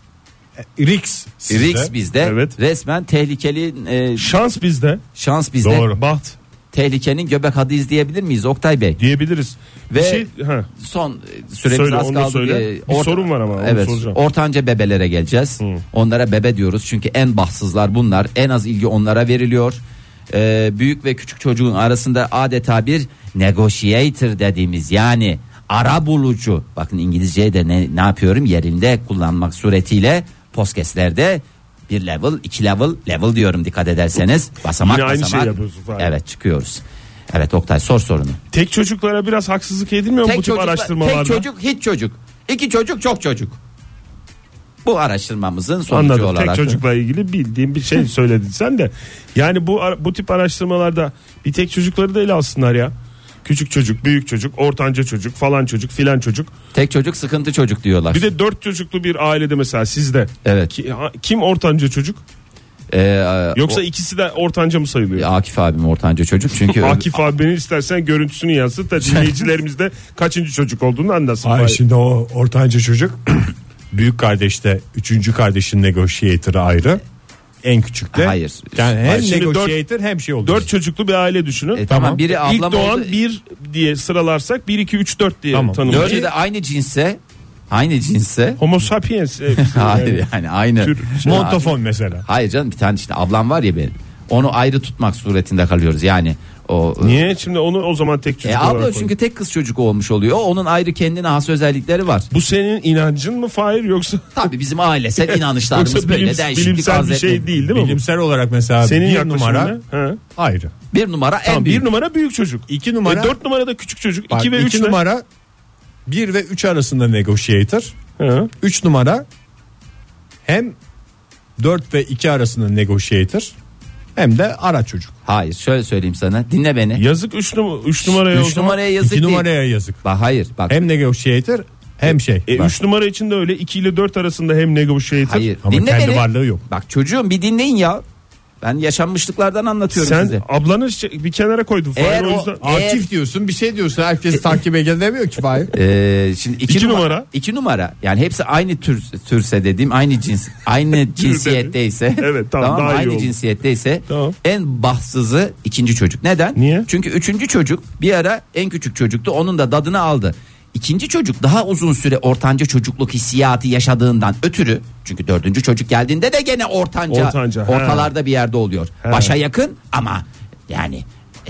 Risk sizde. Risk bizde. Evet. Resmen tehlikeli şans bizde. Şans bizde. Doğru. Baht Tehlikenin göbek adı izleyebilir miyiz Oktay Bey? diyebiliriz. Ve son süremiz söyle, az kaldı. Söyle. Bir sorun var ama evet, soracağım. Ortanca bebelere geleceğiz. Onlara bebe diyoruz çünkü en bahtsızlar bunlar. En az ilgi onlara veriliyor. Büyük ve küçük çocuğun arasında adeta bir negotiator dediğimiz yani ara bulucu. Bakın İngilizce'ye de ne yapıyorum yerinde kullanmak suretiyle podcastlerde bir level, 2 level diyorum dikkat ederseniz. Basamak Yine aynı basamak. şey yapıyorsun falan. Evet çıkıyoruz. Evet Oktay sor sorunu. Tek çocuklara biraz haksızlık edilmiyor mu bu tip araştırmalarda? Tek çocuk hiç çocuk. 2 çocuk çok çocuk. Bu araştırmamızın sonucu Anladım. olarak. Tek çocukla ilgili bildiğim bir şey söyledin sen de. Yani bu tip araştırmalarda bir tek çocukları da ele alsınlar ya. Küçük çocuk, büyük çocuk, ortanca çocuk, falan çocuk, filan çocuk. Tek çocuk sıkıntı çocuk diyorlar. Bir de 4 çocuklu bir ailede mesela sizde. Evet. Kim ortanca çocuk? Yoksa ikisi de ortanca mı sayılıyor? Akif abim ortanca çocuk çünkü. Akif abinin istersen görüntüsünü yansıt da dinleyicilerimiz de kaçıncı çocuk olduğunu anlasın. Hayır, şimdi o ortanca çocuk büyük kardeşte 3. kardeşin negotiator'ı ayrı. En küçük de. Hayır. Yani hem Şimdi negotiator hem şey oluyor. 4 çocuklu bir aile düşünün. Tamam, biri ablam İlk doğan oldu. 1 diye sıralarsak 1 2 3 4 diye Tamam. tanımlıyoruz. Dördü de aynı cinse. Homo sapiens. Hayır yani aynı. Tür- Montafon mesela. Hayır canım, bir tane işte ablam var ya benim. Onu ayrı tutmak suretinde kalıyoruz. Yani o Niye şimdi onu o zaman tek çocuk olarak abla koydun? çünkü tek kız çocuk olmuş oluyor. Onun ayrı kendine has özellikleri var. Bu senin inancın mı Fahir yoksa Tabii bizim ailesel inanışlarımız yoksa böyle değişik bilimsel bir şey değil değil mi? bu? Bilimsel olarak mesela Senin bir yaklaşımın numara ne? Ha. ayrı. Bir numara en Tamam, büyük. 1 numara büyük çocuk. 2 numara 4 numara da küçük çocuk. bak, 2 ve 3 2 numara 1 ve 3 arasında negotiator. Ha. 3 numara hem 4 ve 2 arasında negotiator hem de ara çocuk. Hayır şöyle söyleyeyim sana, dinle beni. Yazık 3 numaraya o 3 zaman. numaraya yazık 2 değil. numaraya yazık. Bak hayır bak. Hem negotiator hem şey. Bak. 3 numara için de öyle 2 ile 4 arasında hem negotiator. Hayır Ama dinle kendi beni. varlığı yok. Bak çocuğum bir dinleyin ya. Ben yaşanmışlıklardan anlatıyorum Sen size. ablanı bir kenara koydun Fahir, Eğer o o- yüzden. Akif diyorsun, bir şey diyorsun, herkes takip edemiyor ki Fahir. Şimdi İki numara. 2 numara. Yani hepsi aynı türse dediğim aynı cins aynı cinsiyetteyse. Evet, tamam, daha iyi aynı oldu. cinsiyetteyse Tamam. en bahtsızı ikinci çocuk. Neden? Niye? Çünkü üçüncü çocuk bir ara en küçük çocuktu. Onun da dadını aldı. İkinci çocuk daha uzun süre ortanca çocukluk hissiyatı yaşadığından ötürü, çünkü dördüncü çocuk geldiğinde de gene ortanca Ortanca, he. ortalarda bir yerde oluyor. He. Başa yakın ama yani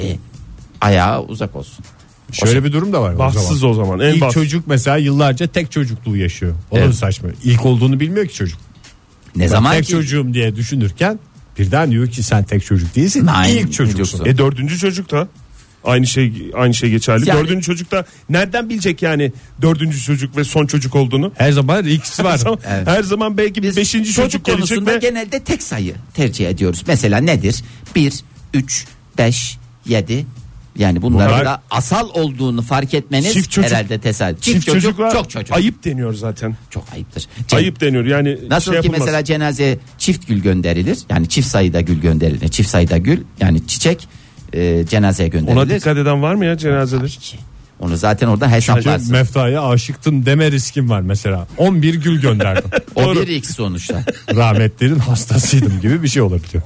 ayağı uzak olsun. Şöyle bir durum da var. Bahtsız o zaman. En İlk bahtsız. çocuk mesela yıllarca tek çocukluğu yaşıyor. O da Evet. saçma. İlk olduğunu bilmiyor ki çocuk. Ne Ben zaman tek ki çocuğum diye düşünürken birden diyor ki sen tek çocuk değilsin. Nein, İlk çocuksun. çocuksun. Dördüncü çocuk da aynı şey geçerli. Yani- Dördüncü çocuk da nereden bilecek yani dördüncü çocuk ve son çocuk olduğunu? Her zaman ikisi var. Evet. Her zaman belki bir biz beşinci çocuk gelecek konusunda ve genelde tek sayı tercih ediyoruz. Mesela nedir? 1, 3, 5, 7. Yani bunların Bunlar- da asal olduğunu fark etmeniz Çift çocuk- herhalde tesadüf. çift çocuklar çok çocuk. ayıp deniyor zaten. Çok ayıptır. Ayıp deniyor yani. Nasıl şey ki yapılmaz. mesela cenazeye çift gül gönderilir. Yani çift sayıda gül gönderilir. Çift sayıda gül yani çiçek cenazeye gönderilir. Ona dikkat eden var mı ya cenazede? Tabii ki. Onu zaten orada Çünkü hesaplarsın. Mefta'ya aşıktın deme riskim var mesela. 11 gül gönderdim. O bir x sonuçta. Rahmetlerin hastasıydım gibi bir şey olabiliyor.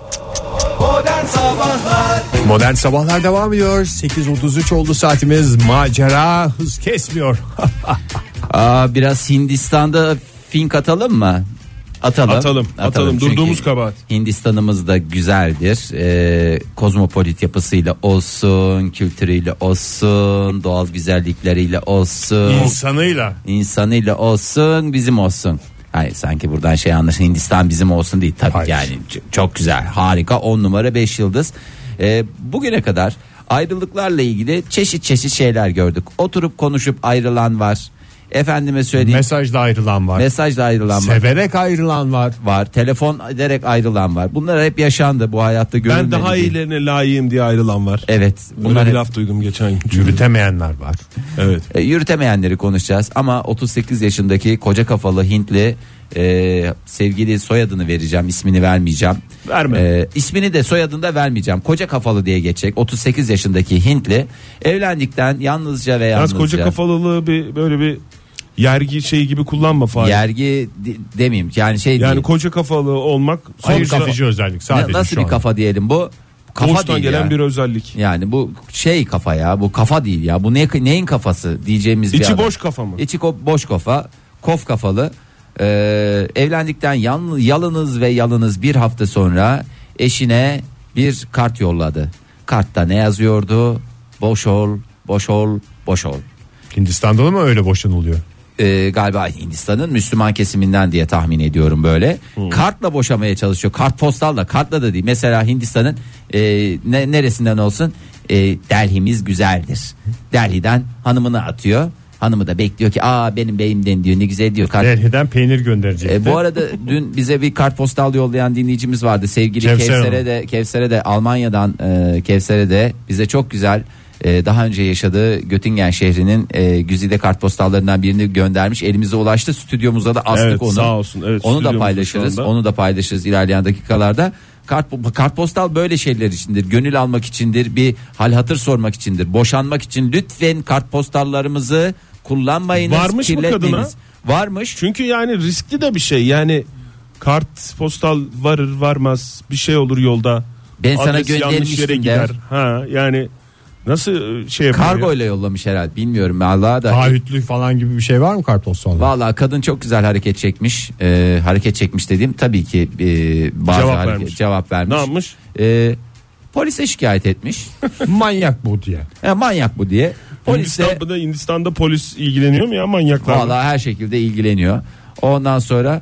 Modern Sabahlar Modern Sabahlar devam ediyor. 8.33 oldu saatimiz. Macera hız kesmiyor. Biraz Hindistan'da fink atalım mı? Atalım. Atalım. Çünkü Durduğumuz kabahat. Hindistan'ımız da güzeldir. Kozmopolit yapısıyla olsun, kültürüyle olsun, doğal güzellikleriyle olsun, İnsanıyla. olsun, bizim olsun. Hayır sanki buradan şey anlaşılır, Hindistan bizim olsun değil tabii. Hayır. Yani çok güzel, harika, 10 numara 5 yıldız. Bugüne kadar ayrılıklarla ilgili çeşit şeyler gördük. Oturup konuşup ayrılan var. Efendime söyleyeyim. Mesajla ayrılan var. Mesajla ayrılan var. Severek ayrılan var. Telefon ederek ayrılan var. Bunlar hep yaşandı bu hayatta, görülmedi. Ben daha değil. iyilerine layığım diye ayrılan var. Evet. Bunlar Bunlar bir hep, laf duydum geçen gün. Yürütemeyenler var. Evet. yürütemeyenleri konuşacağız ama 38 yaşındaki koca kafalı Hintli sevgili soyadını vereceğim, ismini vermeyeceğim. Verme. İsmini de soyadını da vermeyeceğim. Koca kafalı diye geçecek. 38 yaşındaki Hintli evlendikten yalnızca ve Yalnız yalnızca. koca kafalılığı böyle bir yergi şey gibi kullanma Fahir. Yergi demeyeyim yani şey Yani değil. koca kafalı olmak Hayır, sonuçta kafacı özellik sadece Nasıl şu bir an. kafa diyelim bu? Kafa doğuştan değil gelen ya. bir özellik. Yani bu şey kafa ya, bu kafa değil ya. Bu neyin kafası diyeceğimiz bir İçi adam. boş kafa mı? İçi boş kafa, kof kafalı. Evlendikten yalınız ve yalınız bir hafta sonra eşine bir kart yolladı. Kartta ne yazıyordu? Boş ol, boş ol, boş ol. Hindistan'da da mı öyle boşanılıyor? Galiba Hindistan'ın Müslüman kesiminden diye tahmin ediyorum böyle. Kartla boşamaya çalışıyor. Kartpostalla, kartla da değil. Mesela Hindistan'ın neresinden olsun? Delhi'miz güzeldir. Delhi'den hanımını atıyor. Hanımı da bekliyor ki benim beyimden diyor, ne güzel diyor. Kart... Delhi'den peynir gönderecekti. Bu arada dün bize bir kartpostal yollayan dinleyicimiz vardı. Sevgili Kevser Kevser'e de Almanya'dan Kevser'e de bize çok güzel daha önce yaşadığı Göttingen şehrinin güzide kartpostallarından birini göndermiş. Elimize ulaştı. Stüdyomuza da astık Evet, onu. sağ olsun. Evet, onu da stüdyomuzda paylaşırız. şu anda. Onu da paylaşırız ilerleyen dakikalarda. Kartpostal böyle şeyler içindir. Gönül almak içindir. Bir hal hatır sormak içindir. Boşanmak için lütfen kartpostallarımızı kullanmayınız. Varmış mı kirletmeyiniz. kadına? Varmış. Çünkü yani riskli de bir şey. Yani kart postal varır varmaz bir şey olur yolda. Ben sana Adres yanlış göndermiştim yere der. gider. Ha yani nasıl şey yapıyor? Kargo ile yollamış herhalde. Bilmiyorum Allah'a da. Taahhütlü falan gibi bir şey var mı kartpostalda? Vallahi kadın çok güzel hareket çekmiş. Hareket çekmiş dediğim tabii ki bazı cevap vermiş. Ne yapmış? Polise şikayet etmiş. Manyak bu diye. Manyak bu diye. Polis de Hindistan'da polis ilgileniyor mu ya manyaklarla? vallahi her şekilde ilgileniyor. Ondan sonra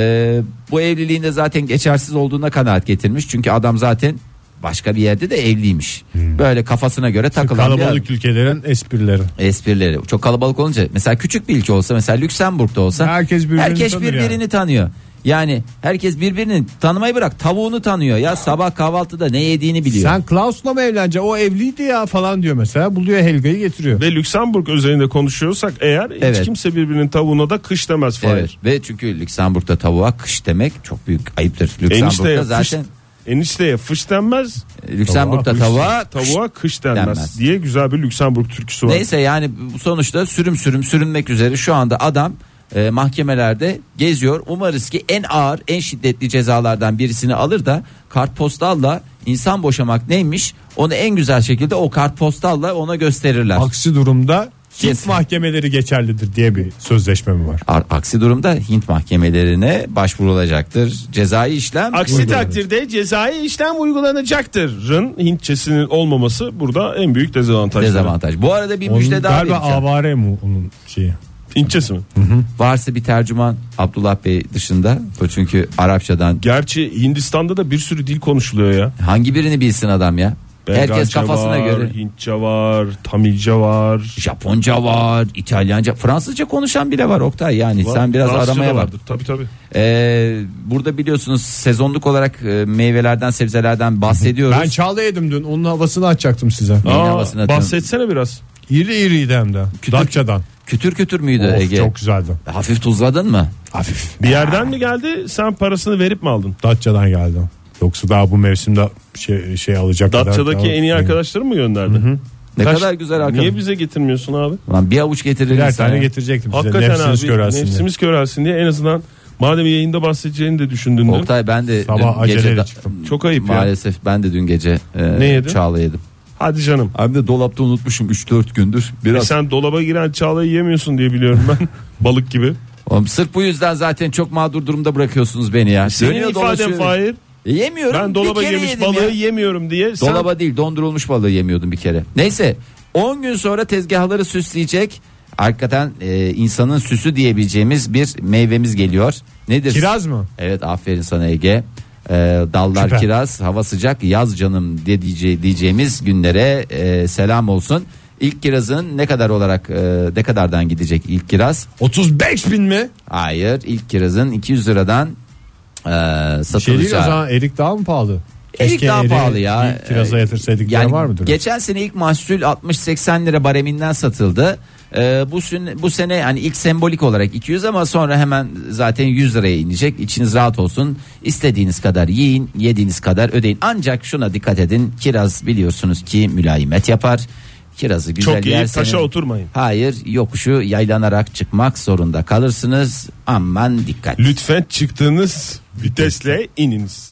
bu evliliğinde zaten geçersiz olduğuna kanaat getirmiş. Çünkü adam zaten başka bir yerde de evliymiş. Böyle kafasına göre takılan Kalabalık ülkelerin esprileri. Çok kalabalık olunca mesela küçük bir ülke olsa, mesela Lüksemburg'da olsa herkes birbirini tanıyor. Yani herkes birbirini tanımayı bırak, tavuğunu tanıyor ya, sabah kahvaltıda ne yediğini biliyor. Sen Klaus'la mı evleneceksin? O evliydi ya falan diyor mesela. Buluyor Helga'yı getiriyor. Ve Lüksemburg özelinde konuşuyorsak eğer hiç kimse birbirinin tavuğuna da kış demez falan. Evet. Ve çünkü Lüksemburg'da tavuğa kış demek çok büyük ayıptır. Lüksemburg'da zaten enişteye fış denmez. Lüksemburg'da tavuğa kış denmez diye güzel bir Lüksemburg türküsü var. Neyse yani sonuçta sürünmek üzere şu anda adam mahkemelerde geziyor. Umarız ki en ağır, en şiddetli cezalardan birisini alır da kartpostalla insan boşamak neymiş onu en güzel şekilde o kartpostalla ona gösterirler. Aksi durumda Hint mahkemeleri geçerlidir diye bir sözleşme mi var? Aksi durumda Hint mahkemelerine başvurulacaktır. Cezai işlem aksi takdirde cezai işlem uygulanacaktır'ın Hintçesinin olmaması burada en büyük dezavantaj. Bu arada bir müjde daha vereceğim. Galiba avare mi onun şeyi? Hintçesi mi? Hı. Varsa bir tercüman Abdullah Bey dışında, o çünkü Arapçadan. Gerçi Hindistan'da da bir sürü dil konuşuluyor ya. Hangi birini bilsin adam ya? Bengalce herkes kafasına var, göre. Hintçe var, Tamilce var, Japonca var, İtalyanca, Fransızca konuşan bile var Oktay. Yani var, sen biraz aramaya bak. Tabii. Burada biliyorsunuz sezonluk olarak meyvelerden, sebzelerden bahsediyoruz. Ben çağla yedim dün. Onun havasını açacaktım size. Bahsetsene biraz. İriydi hem de. Datça'dan. Kütür müydü Ege? Çok güzeldi. Hafif tuzladın mı? Hafif. Bir yerden mi geldi? Sen parasını verip mi aldın? Datça'dan geldi. Yoksa daha bu mevsimde şey alacak kadar. Datça'daki en iyi arkadaşlarım mı gönderdi? Hı. Ne kadar güzel arkadaş. Niye bize getirmiyorsun abi? Lan bir avuç getirelim. Birer tane getirecektim size. Hakikaten nefsimiz körelsin diye en azından madem yayında bahsedeceğini de düşündün. Oktay ben de sabah aceleyle çıktım. Çok ayıp maalesef ya. Ben de dün gece Çağla yedim. Hadi canım. Abi de dolapta unutmuşum 3-4 gündür. Biraz. Sen dolaba giren Çağla'yı yemiyorsun diye biliyorum ben. Balık gibi. Oğlum, sırf bu yüzden zaten çok mağdur durumda bırakıyorsunuz beni ya. Senin ifaden Fahir. Yemiyorum. Ben dolaba girmiş balığı yemiyorum diye. Dolaba değil, dondurulmuş balığı yemiyordum bir kere. Neyse 10 gün sonra tezgahları süsleyecek. Hakikaten insanın süsü diyebileceğimiz bir meyvemiz geliyor. Nedir? Kiraz mı? Evet, aferin sana Ege. Dallar süper. Kiraz, hava sıcak, yaz canım diyeceğimiz günlere selam olsun. İlk kirazın ne kadardan gidecek ilk kiraz? 35.000 mi? Hayır, ilk kirazın 200 liradan satılacağı. O zaman erik daha mı pahalı? Erik daha pahalı ya. Kiraza yatırsaydık yani var mıdır? Geçen sene ilk mahsul 60-80 lira bareminden satıldı. Bu sene yani ilk sembolik olarak 200 ama sonra hemen zaten 100 liraya inecek. İçiniz rahat olsun. İstediğiniz kadar yiyin, yediğiniz kadar ödeyin. Ancak şuna dikkat edin. Kiraz biliyorsunuz ki mülayimet yapar. Kirazı güzel çok iyi yerseniz, taşa oturmayın. Hayır, yokuşu yaylanarak çıkmak zorunda kalırsınız. Aman dikkat. Lütfen çıktığınız vitesle ininiz.